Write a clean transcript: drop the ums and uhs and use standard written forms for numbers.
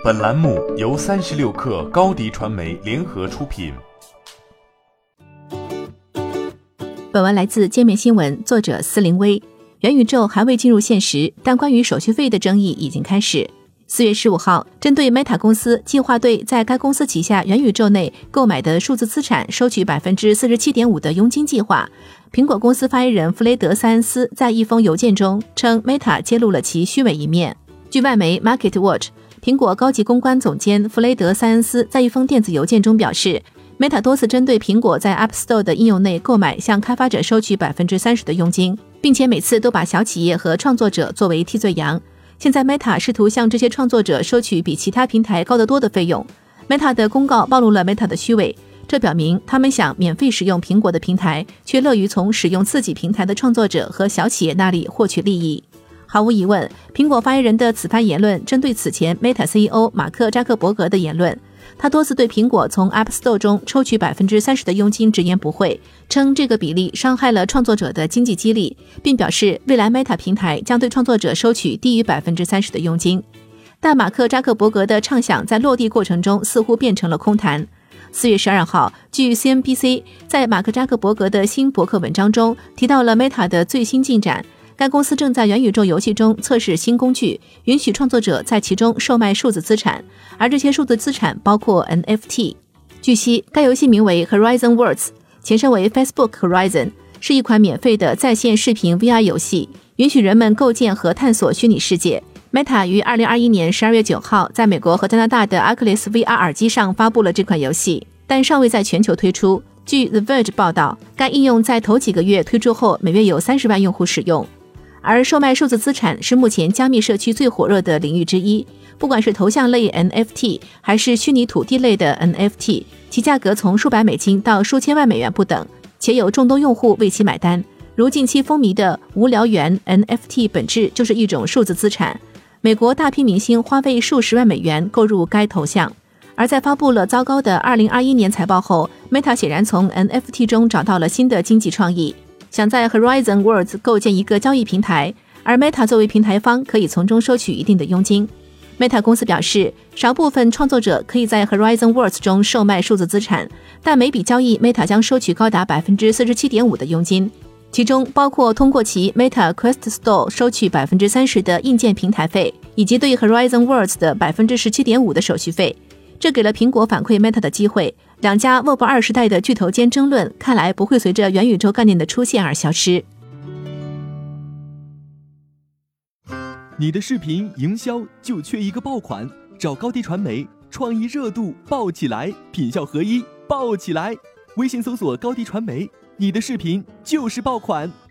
本栏目由36氪高迪传媒联合出品。 本文来自界面新闻，作者司林威。元宇宙还未进入现实，但关于手续费的争议已经开始。4月15号，针对 Meta 公司计划对在该公司旗下元宇宙内购买的数字资产收取 47.5% 的佣金计划，苹果公司发言人弗雷德·塞恩斯在一封邮件中称 Meta 揭露了其虚伪一面。据外媒 MarketWatch， 苹果高级公关总监弗雷德·塞恩斯在一封电子邮件中表示， Meta 多次针对苹果在 App Store 的应用内购买向开发者收取 30% 的佣金，并且每次都把小企业和创作者作为替罪羊。现在 Meta 试图向这些创作者收取比其他平台高得多的费用。 Meta 的公告暴露了 Meta 的虚伪，这表明他们想免费使用苹果的平台，却乐于从使用自己平台的创作者和小企业那里获取利益。毫无疑问，苹果发言人的此番言论针对此前 Meta CEO 马克·扎克伯格的言论。他多次对苹果从 App Store 中抽取 30% 的佣金直言不讳，称这个比例伤害了创作者的经济激励，并表示未来 Meta 平台将对创作者收取低于 30% 的佣金。但马克·扎克伯格的畅想在落地过程中似乎变成了空谈。4月12号，据 CNBC 在马克·扎克伯格的新博客文章中提到了 Meta 的最新进展。该公司正在元宇宙游戏中测试新工具，允许创作者在其中售卖数字资产，而这些数字资产包括 NFT。 据悉，该游戏名为 Horizon Worlds， 前身为 Facebook Horizon， 是一款免费的在线视频 VR 游戏，允许人们构建和探索虚拟世界。 Meta 于2021年12月9号在美国和加拿大的 Oculus VR 耳机上发布了这款游戏，但尚未在全球推出。据 The Verge 报道，该应用在头几个月推出后，每月有30万用户使用。而售卖数字资产是目前加密社区最火热的领域之一，不管是头像类 NFT 还是虚拟土地类的 NFT， 其价格从数百美金到数千万美元不等，且有众多用户为其买单。如近期风靡的无聊猿 NFT 本质就是一种数字资产，美国大批明星花费数十万美元购入该头像。而在发布了糟糕的2021年财报后， Meta 显然从 NFT 中找到了新的经济创意，想在 Horizon Worlds 构建一个交易平台，而 Meta 作为平台方可以从中收取一定的佣金。 Meta 公司表示，少部分创作者可以在 Horizon Worlds 中售卖数字资产，但每笔交易 Meta 将收取高达 47.5% 的佣金，其中包括通过其 Meta Quest Store 收取 30% 的硬件平台费，以及对 Horizon Worlds 的 17.5% 的手续费。这给了苹果反馈 Meta 的机会，两家 Web2 时代的巨头间争论看来不会随着元宇宙概念的出现而消失。 你的视频营销就缺一个爆款，找高迪传媒，创意热度爆起来，品效合一爆起来。微信搜索高迪传媒，你的视频就是爆款。